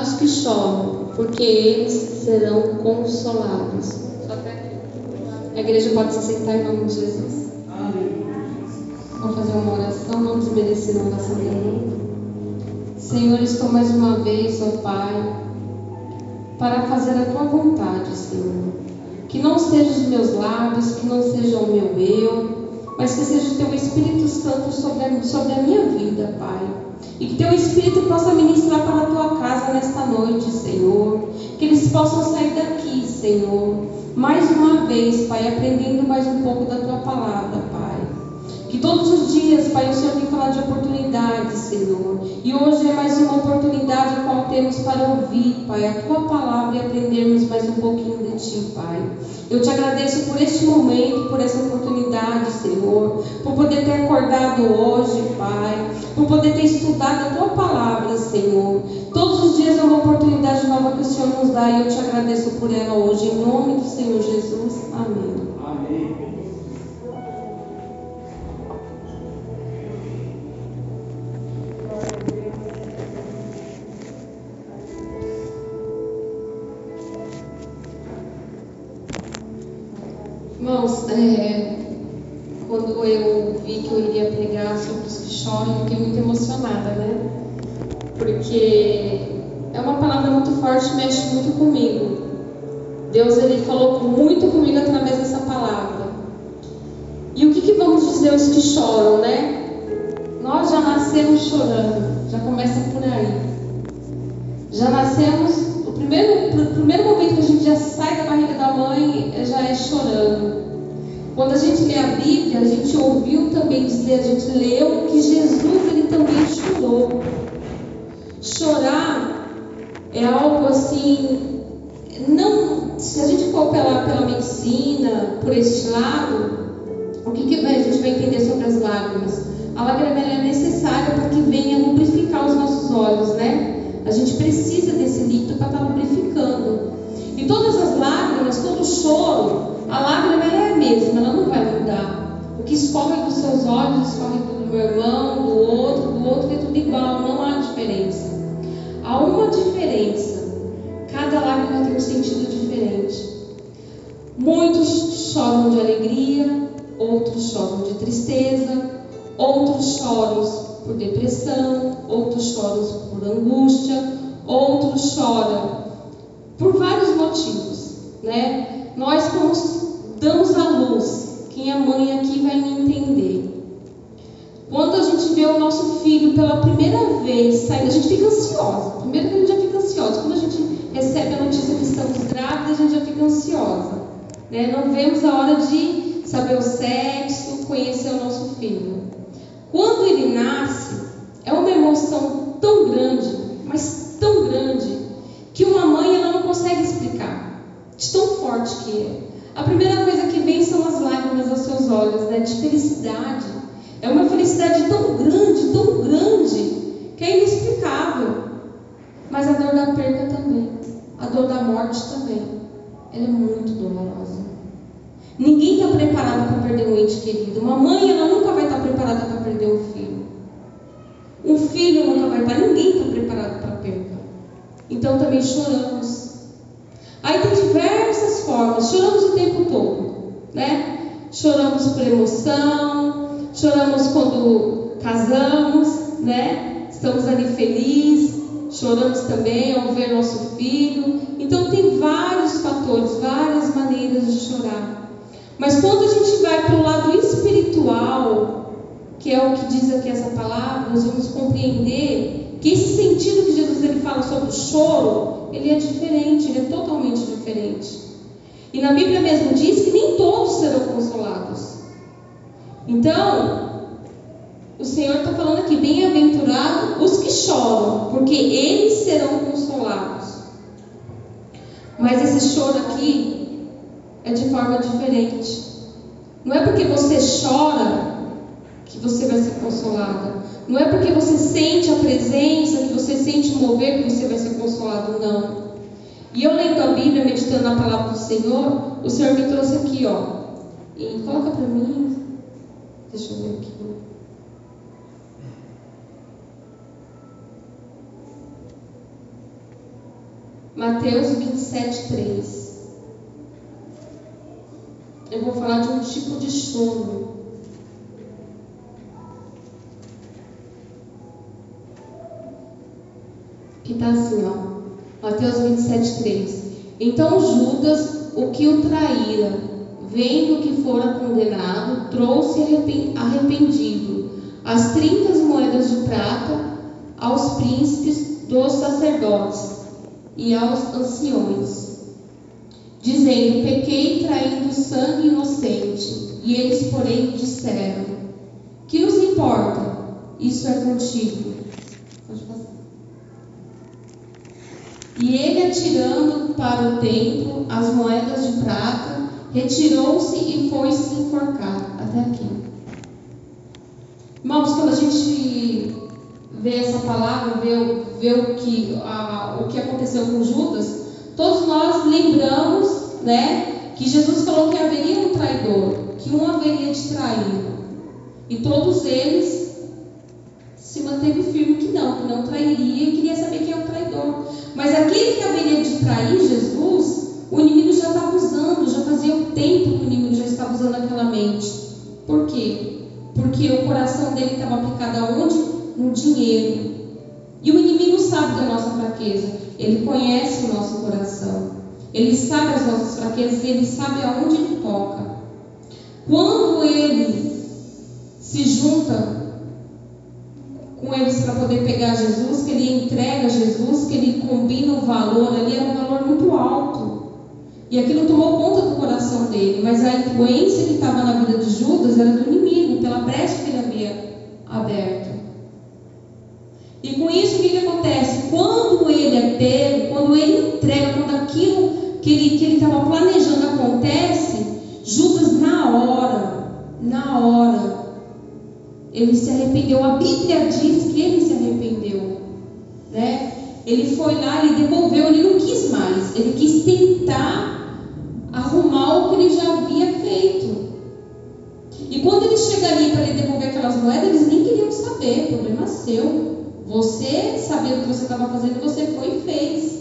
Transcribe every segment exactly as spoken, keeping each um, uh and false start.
os que choram, porque eles serão consolados. Só até aqui. A igreja pode se sentar em nome de Jesus. Vamos fazer uma oração, não desmerecer a oração de ninguém. Senhor, estou mais uma vez, ó Pai, para fazer a Tua vontade, Senhor. Que não sejam os meus lábios, que não seja o meu eu, mas que seja o Teu Espírito Santo sobre a, sobre a minha vida, Pai. E que Teu Espírito possa ministrar para a Tua casa nesta noite, Senhor. Que eles possam sair daqui, Senhor, mais uma vez, Pai, aprendendo mais um pouco da Tua palavra, Pai. Que todos os dias, Pai, o Senhor tem falado de oportunidades, Senhor. E hoje é mais uma oportunidade a qual temos para ouvir, Pai, a Tua palavra e aprendermos mais um pouquinho de Ti, Pai. Eu Te agradeço por este momento, por essa oportunidade, Senhor. Por poder ter acordado hoje, Pai. Por poder ter estudado a Tua palavra, Senhor. Todos os dias é uma oportunidade nova que o Senhor nos dá e eu Te agradeço por ela hoje. Em nome do Senhor Jesus. Amém. Amém. Irmãos, é, quando eu vi que eu iria pregar sobre os que choram, eu fiquei muito emocionada, né? Porque é uma palavra muito forte, mexe muito comigo. Deus, Ele falou muito comigo através dessa palavra. E o que, que vamos dizer os que choram, né? Nós já nascemos chorando, já começa por aí. Já nascemos... O primeiro, o primeiro momento que a gente já sai da barriga da mãe já é chorando. Quando a gente lê a Bíblia, a gente ouviu também dizer, a gente leu que Jesus ele também chorou. Chorar é algo assim, não, se a gente for pela, pela medicina, por este lado, o que, que a gente vai entender sobre as lágrimas? A lágrima é necessária para que venha lubrificar os nossos olhos, né? A gente precisa desse líquido para estar lubrificando. E todas as lágrimas, todo o choro, a lágrima ela é a mesma, ela não vai mudar. O que escorre dos seus olhos, escorre do meu irmão, do outro, do outro, é tudo igual, não há diferença. Há uma diferença. Cada lágrima tem um sentido diferente. Muitos choram de alegria, outros choram de tristeza, outros choram por depressão, outros choram por angústia, outros choram por vários motivos, né? Nós como damos a luz, quem é mãe aqui vai me entender. Quando a gente vê o nosso filho pela primeira vez saindo, a gente fica ansiosa. Primeiro que a gente já fica ansiosa. Quando a gente recebe a notícia que estamos grávidas, a gente já fica ansiosa, né? Não vemos a hora de saber o sexo, conhecer o nosso filho. Quando ele nasce, é uma emoção tão grande, mas tão grande, que uma mãe ela não consegue explicar, de tão forte que é. A primeira coisa que vem são as lágrimas aos seus olhos, né, de felicidade. É uma felicidade tão grande, tão grande, que é inexplicável. Mas a dor da perda também, a dor da morte também, ela é muito dolorosa. Ninguém está preparado para perder um ente querido. Uma mãe, ela nunca vai estar preparada para perder um filho. Um filho nunca vai estar, ninguém está preparado para a perda. Então também choramos. Aí tem diversas formas, choramos o tempo todo, né? Choramos por emoção, choramos quando casamos, né? Estamos ali felizes, choramos também ao ver nosso filho. Então tem vários fatores, várias maneiras de chorar. Mas quando a gente vai para o lado espiritual, que é o que diz aqui essa palavra, nós vamos compreender que esse sentido que Jesus ele fala sobre o choro, ele é diferente, ele é totalmente diferente. E na Bíblia mesmo diz que nem todos serão consolados. Então, o Senhor está falando aqui, bem-aventurados os que choram, porque eles serão consolados. Mas esse choro aqui é de forma diferente. Não é porque você chora que você vai ser consolada. Não é porque você sente a presença, que você sente o mover, que você vai ser consolado, não. E eu lendo a Bíblia, meditando na palavra do Senhor, o Senhor me trouxe aqui, ó. E coloca para mim. Deixa eu ver aqui. Mateus vinte e sete, três. Eu vou falar de um tipo de choro. Que está assim, ó. Mateus vinte e sete, três. Então Judas, o que o traíra, vendo que fora condenado, trouxe arrependido as trinta moedas de prata aos príncipes dos sacerdotes e aos anciões, dizendo: pequei traindo sangue inocente. E eles, porém, disseram: que nos importa? Isso é contigo. Pode passar. E ele, atirando para o templo as moedas de prata, retirou-se e foi-se enforcar. Até aqui. Irmãos, quando a gente vê essa palavra, vê, vê o, que, a, o que aconteceu com Judas, todos nós lembramos, né, que Jesus falou que haveria um traidor, que um haveria de traí-lo. E todos eles se manteve firme que não, que não trairia, e queria saber quem é o traidor. Mas aquele que haveria de trair Jesus, o inimigo já estava usando, já fazia um tempo que o inimigo já estava usando aquela mente. Por quê? Porque o coração dele estava aplicado aonde? No dinheiro. E o inimigo sabe da nossa fraqueza, ele conhece o nosso coração, ele sabe as nossas fraquezas, ele sabe aonde ele toca. Quando ele se junta com eles para poder pegar Jesus, que ele entrega Jesus, que ele combina o valor ali, era um valor muito alto. E aquilo tomou conta do coração dele, mas a influência que estava na vida de Judas era do inimigo, pela brecha que ele havia aberto. E com isso, o que, que acontece? Quando ele é pego, quando ele entrega, quando aquilo que ele que ele estava planejando acontece, Judas, na hora, na hora, ele se arrependeu. A Bíblia diz que ele se arrependeu, né? Ele foi lá, ele devolveu, ele não quis mais, ele quis tentar arrumar o que ele já havia feito. E quando ele chega ali para ele devolver aquelas moedas, eles nem queriam saber, problema seu. Você sabia o que você estava fazendo, você foi e fez.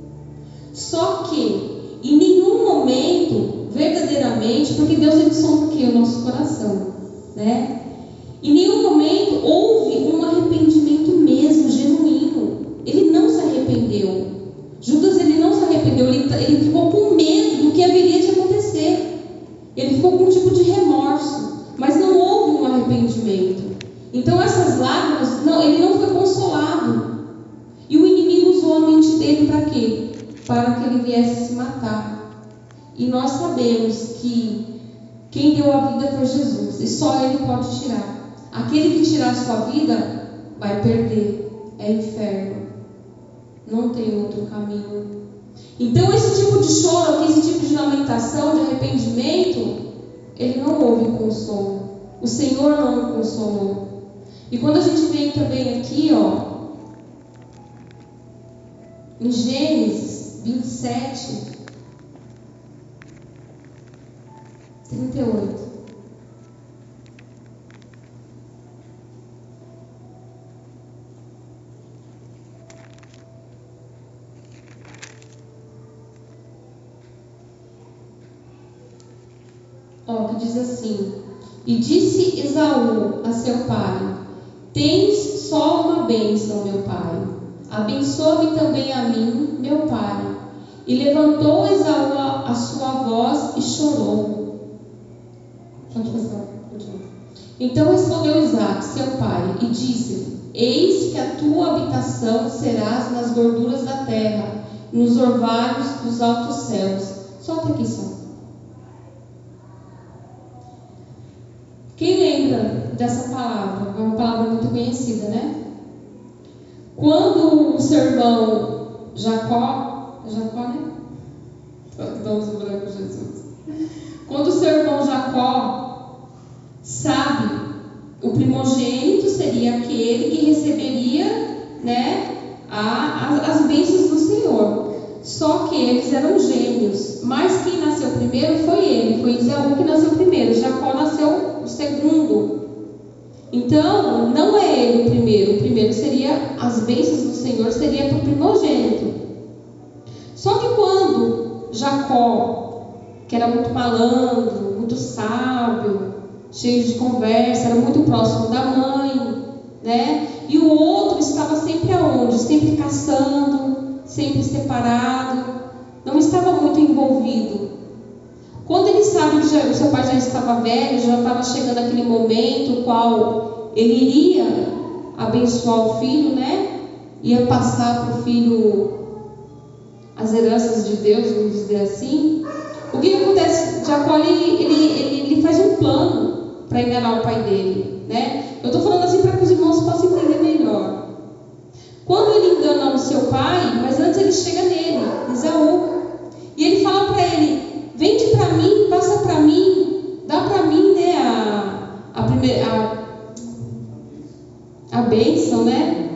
Só que em nenhum momento, verdadeiramente, porque Deus ele sonda aqui o nosso coração, né? Em nenhum momento houve um arrependimento mesmo, genuíno. Ele não se arrependeu. Judas ele não se arrependeu, ele, ele ficou com medo do que haveria de acontecer. Ele ficou com um tipo de remorso, mas não houve um arrependimento. Então essas lágrimas, não, ele não foi consolado. E o inimigo usou a mente dele para quê? Para que ele viesse se matar. E nós sabemos que quem deu a vida foi Jesus, e só Ele pode tirar. Aquele que tirar a sua vida vai perder, é inferno. Não tem outro caminho. Então esse tipo de choro, esse tipo de lamentação, de arrependimento, ele não houve consolo. O Senhor não o consolou. E quando a gente vem também aqui, ó, em Gênesis vinte e sete, trinta e oito. Ó, que diz assim: e disse Esaú a seu pai: tens só uma bênção, meu pai. Abençoa-me também a mim, meu pai. E levantou Esaú a, a sua voz e chorou. Pode passar. Então respondeu Isaque, seu pai, e disse: eis que a tua habitação serás nas gorduras da terra, nos orvalhos dos altos céus. Solta aqui só. Quem lembra dessa palavra? É uma palavra muito conhecida, né? Quando o seu irmão Jacó, é Jacó, né? Vamos lembrar com Jesus. Quando o seu irmão Jacó sabe, o primogênito seria aquele que receberia, né, a, a, as bênçãos do Senhor. Só que eles eram gêmeos, mas quem nasceu primeiro foi ele, foi Esaú que nasceu primeiro, Jacó nasceu o segundo. Então, não é ele o primeiro, o primeiro seria, as bênçãos do Senhor seria para o primogênito. Jacó, que era muito malandro, muito sábio, cheio de conversa, era muito próximo da mãe, né? E o outro estava sempre aonde? Sempre caçando, sempre separado, não estava muito envolvido. Quando ele sabe que já, o seu pai já estava velho, já estava chegando aquele momento qual ele iria abençoar o filho, né? Ia passar para o filho as heranças de Deus, vamos dizer assim. O que acontece? Jacó, ele, ele, ele, ele faz um plano para enganar o pai dele, né? Eu estou falando assim para que os irmãos possam entender melhor. Quando ele engana o seu pai, mas antes ele chega nele, Esaú, e ele fala para ele: vende para mim, passa para mim, dá para mim, né, a, a primeira, a, a bênção, né?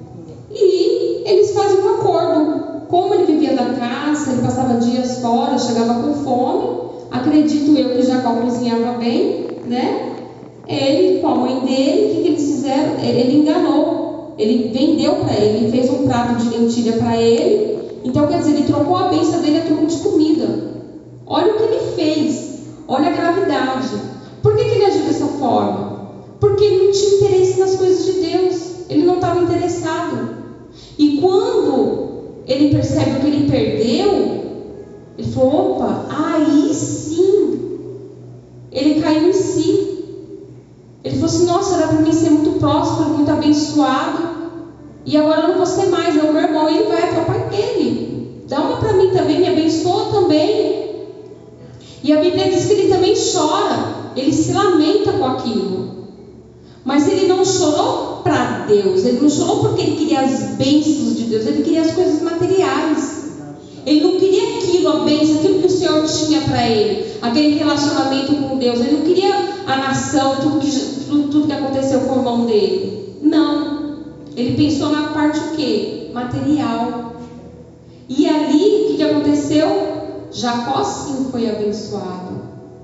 E eles fazem um acordo. Como ele vivia da caça, ele passava dias fora, chegava com fome. Acredito eu que Jacó cozinhava bem, né? Ele, com a mãe dele, o que, que eles fizeram? Ele enganou. Ele vendeu para ele, ele fez um prato de lentilha para ele. Então, quer dizer, ele trocou a bênção dele a troco de comida. Olha o que ele fez. Olha a gravidade. Por que, que ele agiu dessa forma? Porque ele não tinha interesse nas coisas de Deus. Ele não estava interessado. E quando ele percebe o que ele perdeu, ele falou: opa, aí sim. Ele caiu em si. Ele falou assim: nossa, era para mim ser muito próspero, muito abençoado, e agora eu não vou ser mais, é o meu irmão. E ele vai para o pai dele: dá uma para mim também, me abençoa também. E a Bíblia diz que ele também chora, ele se lamenta com aquilo. Mas ele não chorou para Deus, ele não chorou porque ele queria as bênçãos de Deus, ele queria as coisas materiais. Ele não queria aquilo, a bênção, aquilo que o Senhor tinha para ele, aquele relacionamento com Deus. Ele não queria a nação, tudo que, tudo, tudo que aconteceu com o irmão dele. Não. Ele pensou na parte o quê? Material. E ali, o que, que aconteceu? Jacó sim foi abençoado.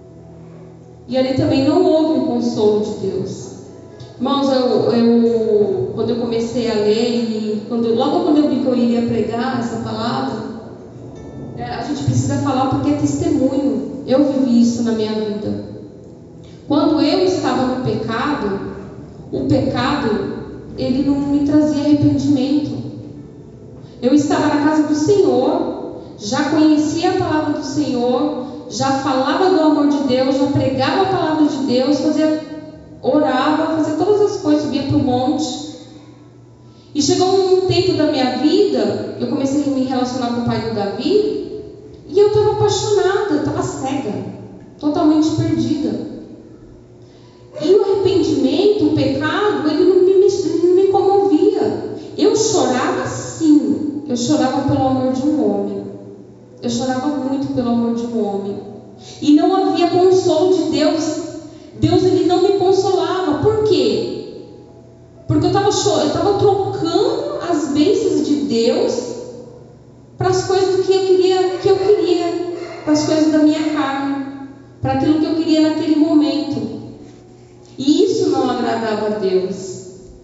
E ali também não houve o consolo de Deus. Irmãos, eu, eu, quando eu comecei a ler, e quando, logo quando eu vi que eu iria pregar essa palavra, a gente precisa falar porque é testemunho. Eu vivi isso na minha vida. Quando eu estava no pecado, o pecado, ele não me trazia arrependimento. Eu estava na casa do Senhor, já conhecia a palavra do Senhor, já falava do amor de Deus, já pregava a palavra de Deus, fazia, orava, fazia todas as coisas, subia para o monte. E chegou um tempo da minha vida, eu comecei a me relacionar com o pai do Davi, e eu estava apaixonada, eu estava cega, totalmente perdida. E o arrependimento, o pecado, ele não me, ele não me comovia. Eu chorava sim, eu chorava pelo amor de um homem. Eu chorava muito pelo amor de um homem. E não havia consolo de Deus. Deus, ele não me consolava. Por quê? Porque eu estava eu estava trocando as bênçãos de Deus para as coisas que eu queria, que eu queria, para as coisas da minha carne, para aquilo que eu queria naquele momento. E isso não agradava a Deus.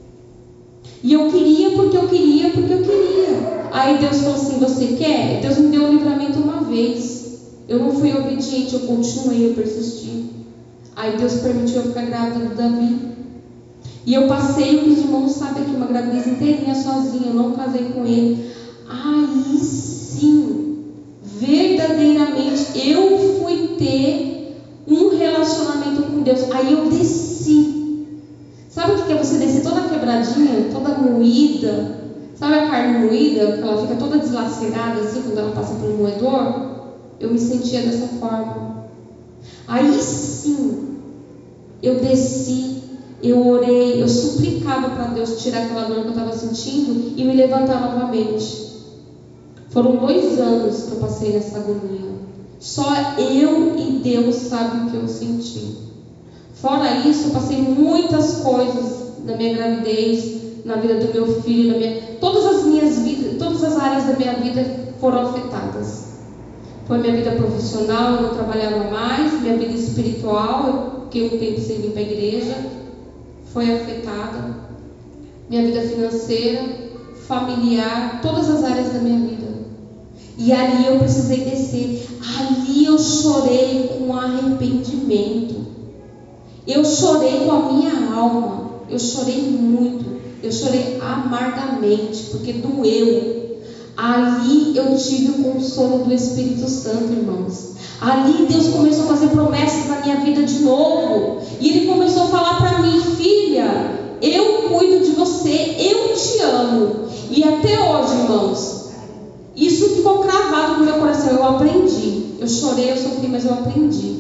E eu queria porque eu queria, porque eu queria. Aí Deus falou assim: você quer? Deus me deu um livramento uma vez. Eu não fui obediente, eu continuei, eu persisti. Aí Deus permitiu eu ficar grávida do Davi. E eu passei, o que os irmãos sabem aqui, uma gravidez inteirinha sozinha, eu não casei com ele. Aí sim, verdadeiramente, eu fui ter um relacionamento com Deus. Aí eu desci. Sabe o que é você descer toda quebradinha, toda moída? Sabe a carne moída, que ela fica toda deslacerada assim, quando ela passa por um moedor? Eu me sentia dessa forma. Aí sim, eu desci, eu orei, eu suplicava para Deus tirar aquela dor que eu estava sentindo e me levantar novamente. Foram dois anos que eu passei nessa agonia. Só eu e Deus sabem o que eu senti. Fora isso, eu passei muitas coisas na minha gravidez, na vida do meu filho, na minha... todas as minhas vidas, todas as áreas da minha vida foram afetadas. Foi minha vida profissional, eu não trabalhava mais, minha vida espiritual, eu fiquei um tempo sem vir para a igreja, foi afetada. Minha vida financeira, familiar, todas as áreas da minha vida. E ali eu precisei descer. Ali eu chorei com arrependimento. Eu chorei com a minha alma. Eu chorei muito. Eu chorei amargamente, porque doeu. Ali eu tive o consolo do Espírito Santo, irmãos. Ali Deus começou a fazer promessas na minha vida de novo. E Ele começou a falar para mim: filha, eu cuido de você, eu te amo. E até hoje, irmãos, isso ficou cravado no meu coração. Eu aprendi. Eu chorei, eu sofri, mas eu aprendi.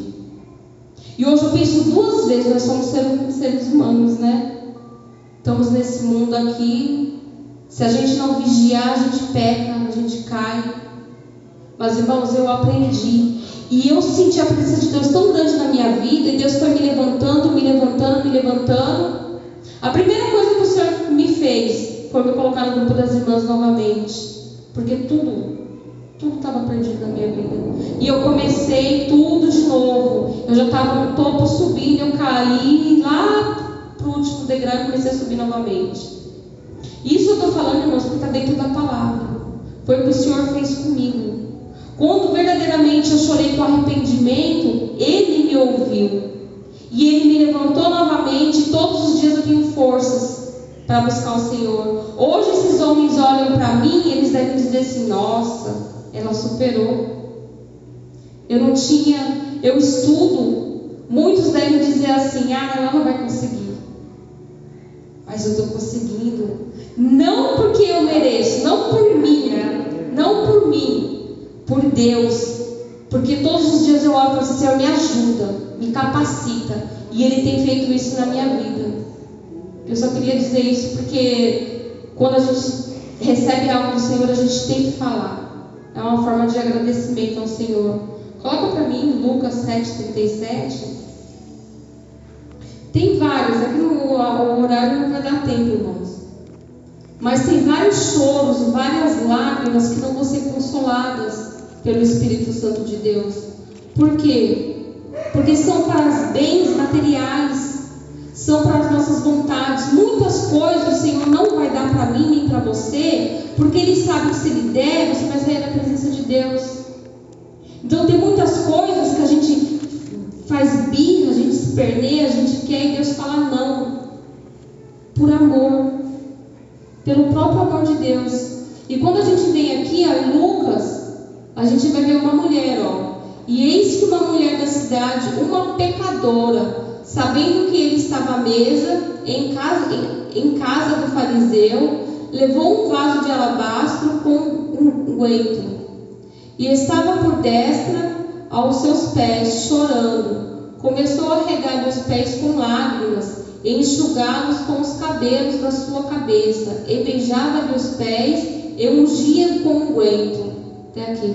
E hoje eu penso duas vezes. Nós somos seres, seres humanos, né? Estamos nesse mundo aqui. Se a gente não vigiar, a gente peca, a gente cai. Mas, irmãos, eu aprendi. E eu senti a presença de Deus tão grande na minha vida. E Deus foi me levantando, me levantando, me levantando. A primeira coisa que o Senhor me fez foi me colocar no grupo das irmãs novamente. Porque tudo, tudo estava perdido na minha vida. E eu comecei tudo de novo. Eu já estava no topo subindo, eu caí lá para o último degrau e comecei a subir novamente. Isso eu estou falando, irmãos, porque está dentro da palavra. Foi o que o Senhor fez comigo. Quando verdadeiramente eu chorei com arrependimento, Ele me ouviu. E Ele me levantou novamente. Todos os dias eu tenho forças para buscar o Senhor. Hoje esses homens olham para mim e eles devem dizer assim: nossa, ela superou. Eu não tinha, eu estudo. Muitos devem dizer assim: ah, ela não vai conseguir. Mas eu estou conseguindo. Não porque eu mereço, não por mim, não por mim, por Deus. Porque todos os dias eu oro para o Senhor, me ajuda, me capacita. E Ele tem feito isso na minha vida. Eu só queria dizer isso porque quando a gente recebe algo do Senhor, a gente tem que falar. É uma forma de agradecimento ao Senhor. Coloca para mim Lucas sete, trinta e sete. Tem vários, aqui no o horário não vai dar tempo, irmãos. Mas tem vários choros e várias lágrimas que não vão ser consoladas pelo Espírito Santo de Deus. Por quê? Porque são para os bens materiais, são para as nossas vontades. Muitas coisas o Senhor não vai dar para mim nem para você, porque Ele sabe que se Ele der, você vai sair da presença de Deus. Então tem muitas coisas que a gente faz birra, a gente se perneia, a gente quer, e Deus fala não. Por amor, pelo próprio amor de Deus. E quando a gente vem aqui a Lucas, a gente vai ver uma mulher, ó. E eis que uma mulher da cidade, uma pecadora, sabendo que ele estava à mesa em casa, em, em casa do fariseu, levou um vaso de alabastro com um unguento e estava por destra aos seus pés, chorando. Começou a regar os pés com lágrimas e enxugá-los com os cabelos da sua cabeça, e beijava-lhe os pés e ungia com unguento. Até aqui.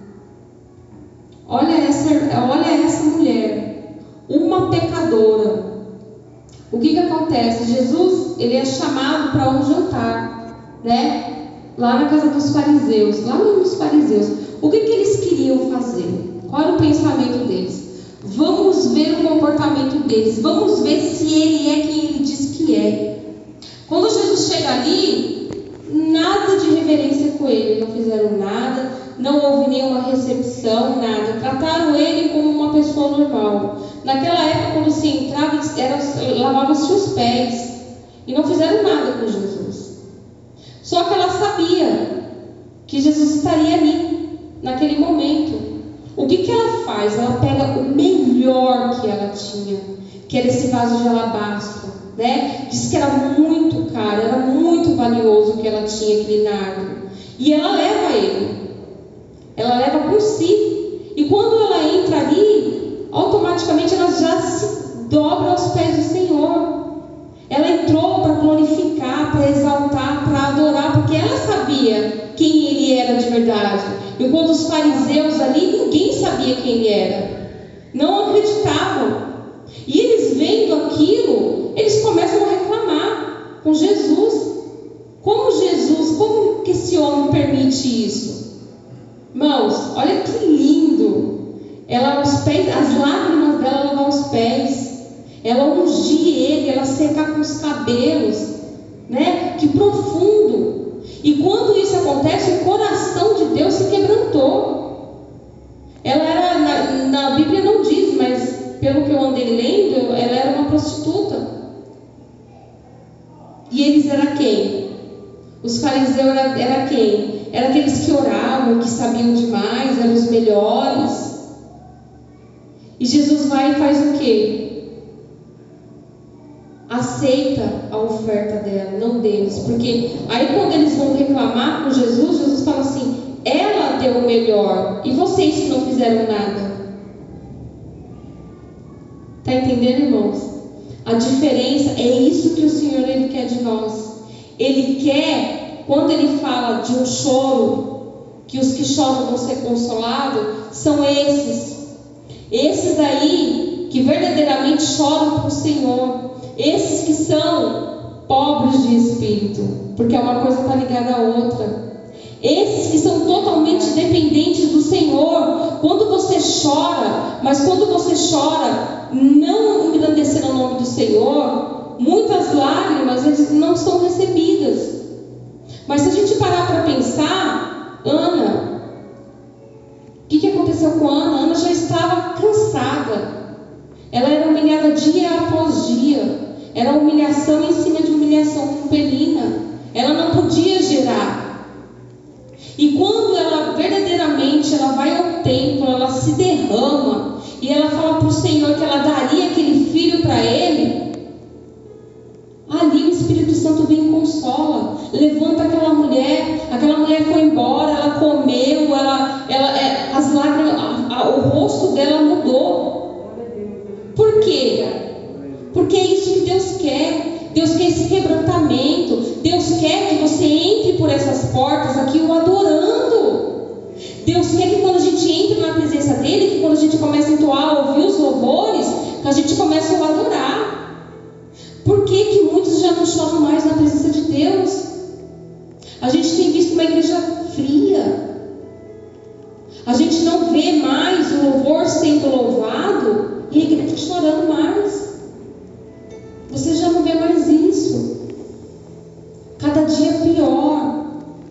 Olha essa, olha essa mulher, uma pecadora. O que que acontece? Jesus, ele é chamado para um jantar, né? Lá na casa dos fariseus, lá nos fariseus. O que que eles queriam fazer? Qual era o pensamento deles? Vamos ver o comportamento deles, vamos ver se ele é quem ele diz que é. Quando Jesus chega ali, nada de reverência com ele, não fizeram nada, não houve nenhuma recepção, nada. Trataram ele como uma pessoa normal. Naquela época, quando se entrava, lavavam-se os pés e não fizeram nada com Jesus. Só que ela sabia que Jesus estaria ali, naquele momento. O que que ela faz? Ela pega o melhor que ela tinha, que era esse vaso de alabastro, né? Diz que era muito caro, era muito valioso o que ela tinha, aquele nardo. E ela leva ele. Ela leva por si. E quando ela entra ali, automaticamente ela já se dobra aos pés do Senhor. Ela entrou para glorificar, para exaltar, para adorar, porque ela sabia quem ele era de verdade. Enquanto os fariseus ali, ninguém sabia quem ele era. Não acreditavam. E eles vendo aquilo, eles começam a reclamar com Jesus. Como Jesus, como que esse homem permite isso? Irmãos, olha que lindo. Ela aos pés, as lágrimas dela lavam os pés. Ela ungir ele, ela secar com os cabelos, né? Que profundo. E quando isso acontece, o coração de Deus se quebrantou. pelo que eu andei lendo, ela era uma prostituta. E eles eram quem? Os fariseus eram era quem? Eram aqueles que oravam, que sabiam demais, eram os melhores. E Jesus vai e faz o quê? Aceita a oferta dela, não deles. Porque aí quando eles vão reclamar com Jesus, Jesus fala assim: ela deu o melhor, e vocês que não fizeram nada. Está entendendo, irmãos? A diferença é isso que o Senhor ele quer de nós. Ele quer, quando ele fala de um choro, que os que choram vão ser consolados, são esses. Esses aí que verdadeiramente choram para o Senhor. Esses que são pobres de espírito, porque uma coisa está ligada à outra. Esses que são totalmente dependentes do Senhor. Quando você chora, mas quando você chora não engrandecendo o nome do Senhor, muitas lágrimas eles não são recebidas. Mas se a gente parar para pensar, Ana, o que, que aconteceu com a Ana? A Ana já estava cansada. Ela era humilhada dia após dia. Era humilhação em cima de humilhação com Penina. Ela não podia gerar. E quando ela verdadeiramente ela vai ao templo, ela se derrama e ela fala para o Senhor que ela daria aquele filho para ele, ali o Espírito Santo vem e consola, levanta aquela mulher. Aquela mulher foi embora, ela comeu, ela, ela, é, as lágrimas, a, a, o rosto dela mudou. Por quê? Porque é isso que Deus quer. Deus quer esse quebrantamento. Deus quer que você entre por essas portas aqui o adorando. Deus quer que quando a gente entre na presença dele, que quando a gente começa a entoar, ouvir os louvores, que a gente comece a adorar. Por que que muitos já não choram mais na presença de Deus? A gente tem visto uma igreja fria. A gente não vê mais o louvor sendo louvado e a igreja chorando mais. Você já não vê mais isso. Cada dia pior.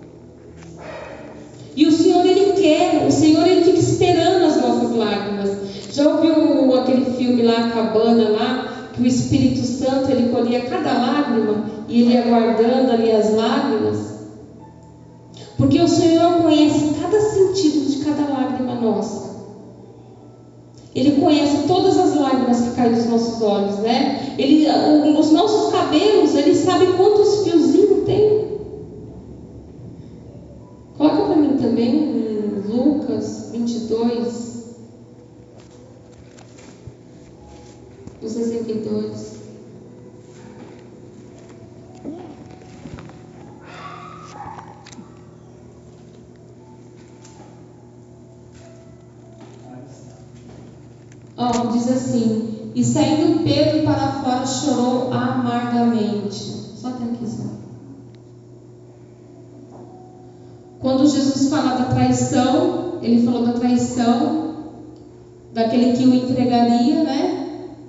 E o Senhor ele quer, o Senhor ele fica esperando as nossas lágrimas. Já ouviu aquele filme lá, a Cabana lá, que o Espírito Santo ele colhia cada lágrima e ele ia guardando ali as lágrimas? Porque o Senhor conhece cada sentido de cada lágrima nossa. Ele conhece todas as lágrimas que caem dos nossos olhos, né? Ele, os nossos cabelos, ele sabe quantos fiozinhos tem. Coloca para mim também em Lucas vinte e dois, o sessenta e dois. Oh, diz assim: e saindo Pedro para fora, chorou amargamente. Só até aqui, só. Quando Jesus fala da traição, ele falou da traição daquele que o entregaria, né?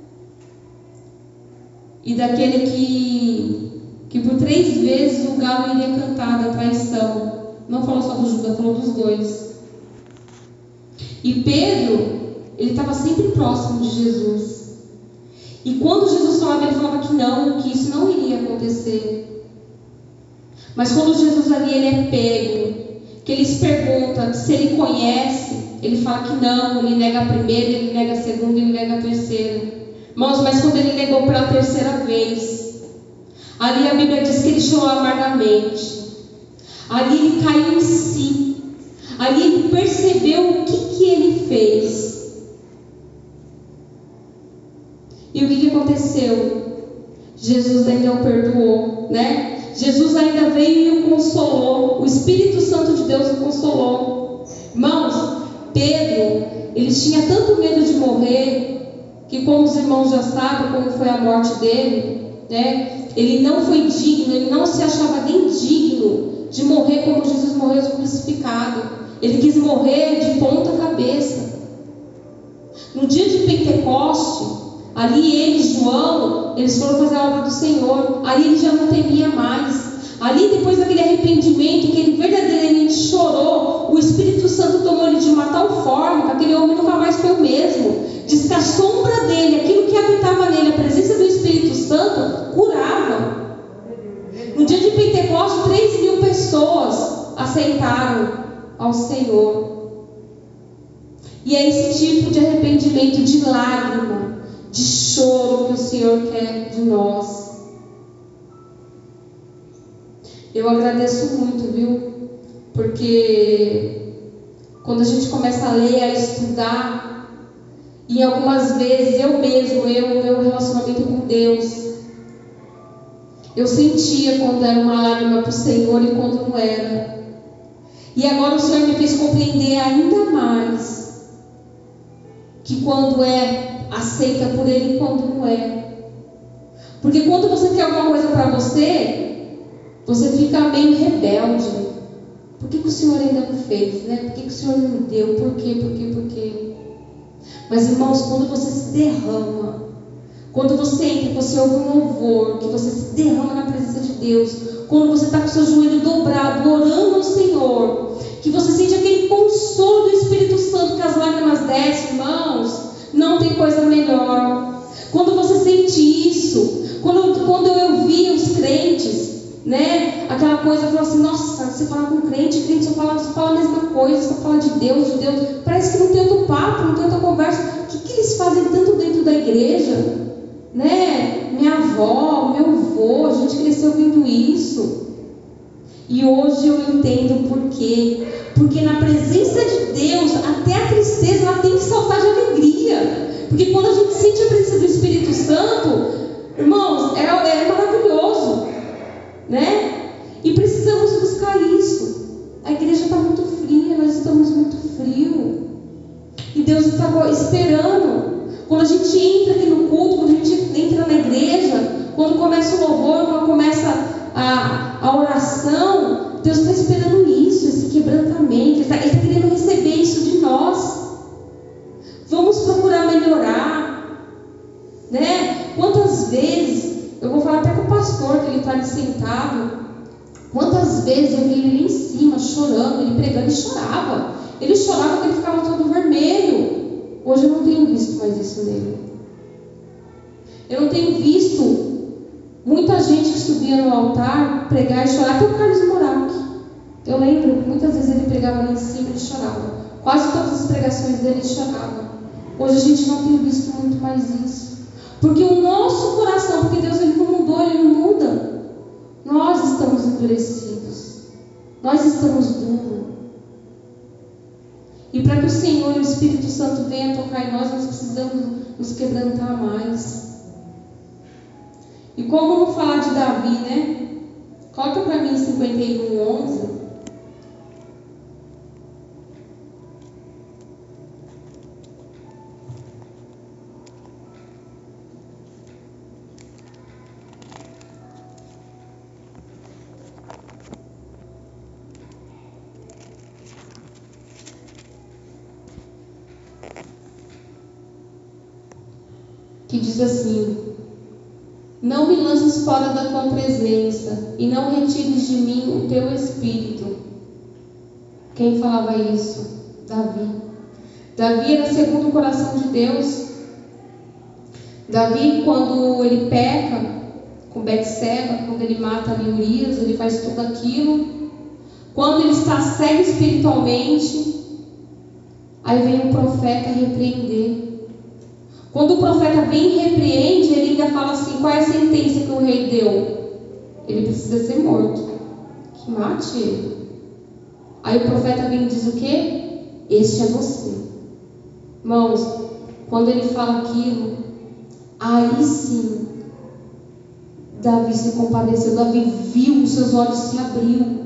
E daquele que, que por três vezes o galo iria cantar da traição. Não falou só do Judas, falou dos dois. E Pedro, ele estava sempre próximo de Jesus. E quando Jesus falava, ele falava que não, que isso não iria acontecer. Mas quando Jesus ali ele é pego, que eles perguntam se ele conhece, ele fala que não, ele nega a primeira, ele nega a segunda, ele nega a terceira. Irmãos, mas quando ele negou pela terceira vez, ali a Bíblia diz que ele chorou amargamente. Ali ele caiu em si. Ali ele percebeu o que, que ele fez. E o que, que aconteceu? Jesus ainda o perdoou, né? Jesus ainda veio e o consolou. O Espírito Santo de Deus o consolou. Irmãos, Pedro, ele tinha tanto medo de morrer, que como os irmãos já sabem como foi a morte dele, né? Ele não foi digno, ele não se achava nem digno de morrer como Jesus morreu crucificado. Ele quis morrer de ponta cabeça. No dia de Pentecoste, ali ele e João, eles foram fazer a obra do Senhor. Ali ele já não temia mais. Ali, depois daquele arrependimento, que ele verdadeiramente chorou, o Espírito Santo tomou ele de uma tal forma que aquele homem nunca mais foi o mesmo. diz que a sombra dele, aquilo que habitava nele, a presença do Espírito Santo, curava. No dia de Pentecostes, três mil pessoas aceitaram ao Senhor. E é esse tipo de arrependimento, de lágrima, de choro que o Senhor quer de nós. Eu agradeço muito, viu? Porque quando a gente começa a ler, a estudar, e algumas vezes eu mesmo, eu, o meu relacionamento com Deus, eu sentia quando era uma lágrima para o Senhor e quando não era. E agora o Senhor me fez compreender ainda mais que quando é aceita por Ele e quando não é. Porque quando você quer alguma coisa para você, você fica meio rebelde. Por que, que o Senhor ainda não fez, né? Por que, que o Senhor não me deu? Por quê? Por quê? Por quê? Mas, irmãos, quando você se derrama, quando você entra, você ouve um louvor, que você se derrama na presença de Deus, quando você está com o seu joelho dobrado, orando ao Senhor, que você sente aquele consolo do Espírito Santo, que as lágrimas descem, irmãos, não tem coisa melhor. Quando você sente isso, quando, quando eu vi os crentes, né, aquela coisa, eu falo assim, nossa, você fala com crente, crente só fala, só fala a mesma coisa, só fala de Deus, de Deus, parece que não tem outro papo, não tem outra conversa. O que, que eles fazem tanto dentro da igreja? Né? Minha avó, meu avô, a gente cresceu ouvindo isso. E hoje eu entendo por quê. Porque na presença de Deus, até a tristeza ela tem que saltar de alegria. Porque quando a gente sente a presença do Espírito Santo, irmãos, é, é maravilhoso, né? E precisamos buscar isso. A igreja está muito fria, nós estamos muito frio. E Deus está esperando. Quando a gente entra aqui no culto, quando a gente entra na igreja, quando começa o louvor, quando começa a, a oração, Deus está esperando isso, esse quebrantamento. Ele está, ele está querendo receber isso de nós. Vamos procurar melhorar, né? Quantas vezes, eu vou falar até com o pastor, que ele está ali sentado, quantas vezes eu vi ele ali em cima, chorando, ele pregando e chorava. Ele chorava porque ele ficava todo vermelho. Hoje eu não tenho visto mais isso nele. Eu não tenho visto muita gente que subia no altar pregar e chorar. Até o Carlos Morac. Eu lembro que muitas vezes ele pregava lá em cima e chorava. Quase todas as pregações dele ele chorava. Hoje a gente não tem visto muito mais isso. Porque o nosso coração, porque Deus ele não mudou, ele não muda. Nós estamos endurecidos. Nós estamos duros. E para que o Senhor e o Espírito Santo venha tocar em nós, nós precisamos nos quebrantar mais. E como não falar de Davi, né? Coloca para mim cinquenta e um, onze. Que diz assim: não me lances fora da tua presença, e não retires de mim o teu espírito. Quem falava isso? Davi. Davi era segundo o coração de Deus. Davi, quando ele peca com Betseba, quando ele mata ali Urias, ele faz tudo aquilo. Quando ele está cego espiritualmente, aí vem o profeta repreender. Quando o profeta vem e repreende, ele ainda fala assim: qual é a sentença que o rei deu? Ele precisa ser morto. Que mate ele. Aí o profeta vem e diz o quê? Este é você. Irmãos, quando ele fala aquilo, aí sim, Davi se compadeceu. Davi viu, os seus olhos se abriu.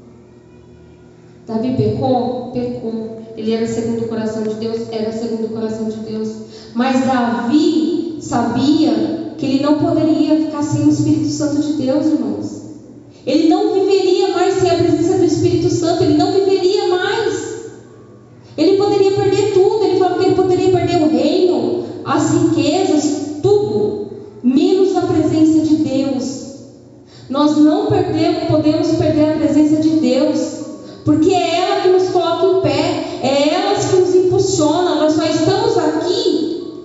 Davi pecou? Pecou. Ele era segundo o coração de Deus? Era segundo o coração de Deus. Mas Davi sabia que ele não poderia ficar sem o Espírito Santo de Deus, irmãos. Ele não viveria mais sem a presença do Espírito Santo. Ele não viveria mais. Ele poderia perder tudo. Ele falou que ele poderia perder o reino, as riquezas, tudo, menos a presença de Deus. Nós não perdemos, podemos perder a presença de Deus, porque é ela que nos coloca em pé, é ela que nos impulsiona. Nós só estamos aqui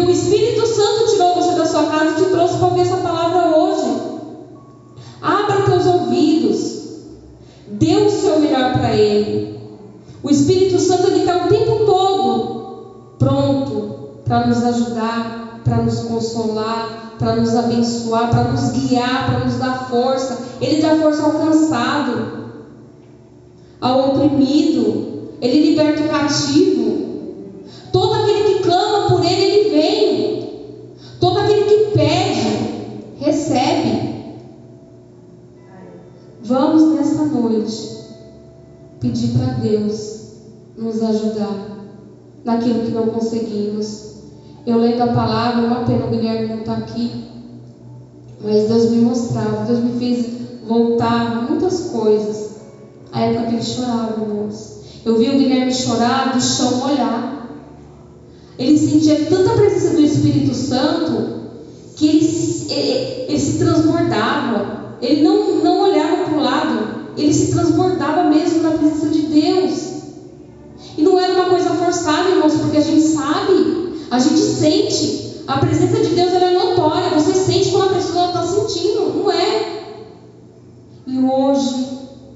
o Espírito Santo tirou você da sua casa e te trouxe para ouvir essa palavra hoje. Abra teus ouvidos. Dê o seu melhor para Ele. O Espírito Santo está o tempo todo pronto para nos ajudar, para nos consolar, para nos abençoar, para nos guiar, para nos dar força. Ele dá força ao cansado, ao oprimido. Ele liberta o cativo. Todo aquele que clama por Ele, Ele vem. Todo aquele que pede, recebe. Vamos nessa noite pedir para Deus nos ajudar naquilo que não conseguimos. Eu lendo a palavra, uma pena o Guilherme não está aqui, mas Deus me mostrava, Deus me fez voltar a muitas coisas. A época que ele chorava, irmãos. Eu vi o Guilherme chorar, do chão molhar. Ele sentia tanta presença do Espírito Santo que ele, ele, ele se transbordava. Ele não, não olhava para o lado, ele se transbordava mesmo na presença de Deus. E não era uma coisa forçada, irmãos, porque a gente sabe, a gente sente. A presença de Deus, ela é notória. Você sente quando a pessoa está sentindo, não é? E hoje,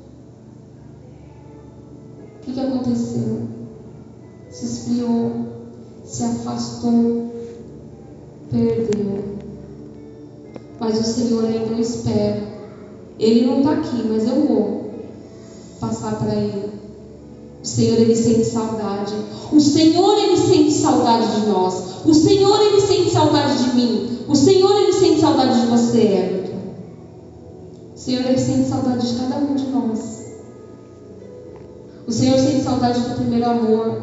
o que, que aconteceu? Se esfriou, se afastou, perdeu. Mas o Senhor ainda não espera. Ele não está aqui, mas eu vou passar para Ele. O Senhor, Ele sente saudade. O Senhor, Ele sente saudade de nós. O Senhor, Ele sente saudade de mim. O Senhor, Ele sente saudade de você, Everton. O Senhor, Ele sente saudade de cada um de nós. O Senhor sente saudade do primeiro amor.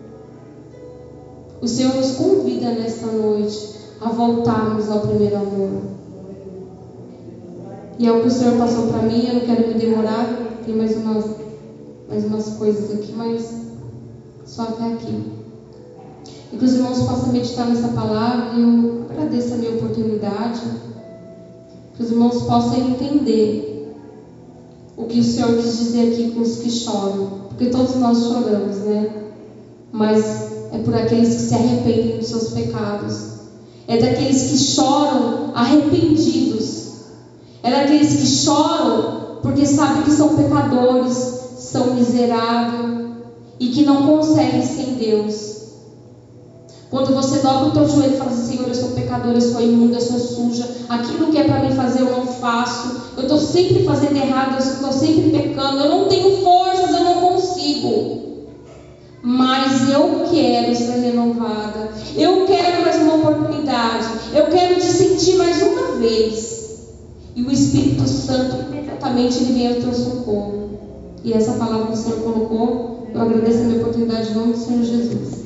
O Senhor nos convida nesta noite a voltarmos ao primeiro amor. E é o que o Senhor passou para mim. Eu não quero me demorar. Tem mais umas, mais umas coisas aqui, mas só até aqui. E que os irmãos possam meditar nessa palavra. E eu agradeço a minha oportunidade. Que os irmãos possam entender o que o Senhor quis dizer aqui com os que choram. Porque todos nós choramos, né? Mas é por aqueles que se arrependem dos seus pecados. É daqueles que choram arrependidos. É daqueles que choram porque sabem que são pecadores, são miseráveis e que não conseguem sem Deus. Quando você dobra o teu joelho e fala assim: Senhor, eu sou pecador, eu sou imunda, eu sou suja, aquilo que é para mim fazer eu não faço, eu estou sempre fazendo errado, eu estou sempre pecando, eu não tenho forças, eu não consigo. Mas eu quero ser renovada, eu quero mais uma oportunidade, eu quero te sentir mais uma vez. E o Espírito Santo, imediatamente, ele vem ao teu socorro. E essa palavra que o Senhor colocou, eu agradeço a minha oportunidade em nome do Senhor Jesus.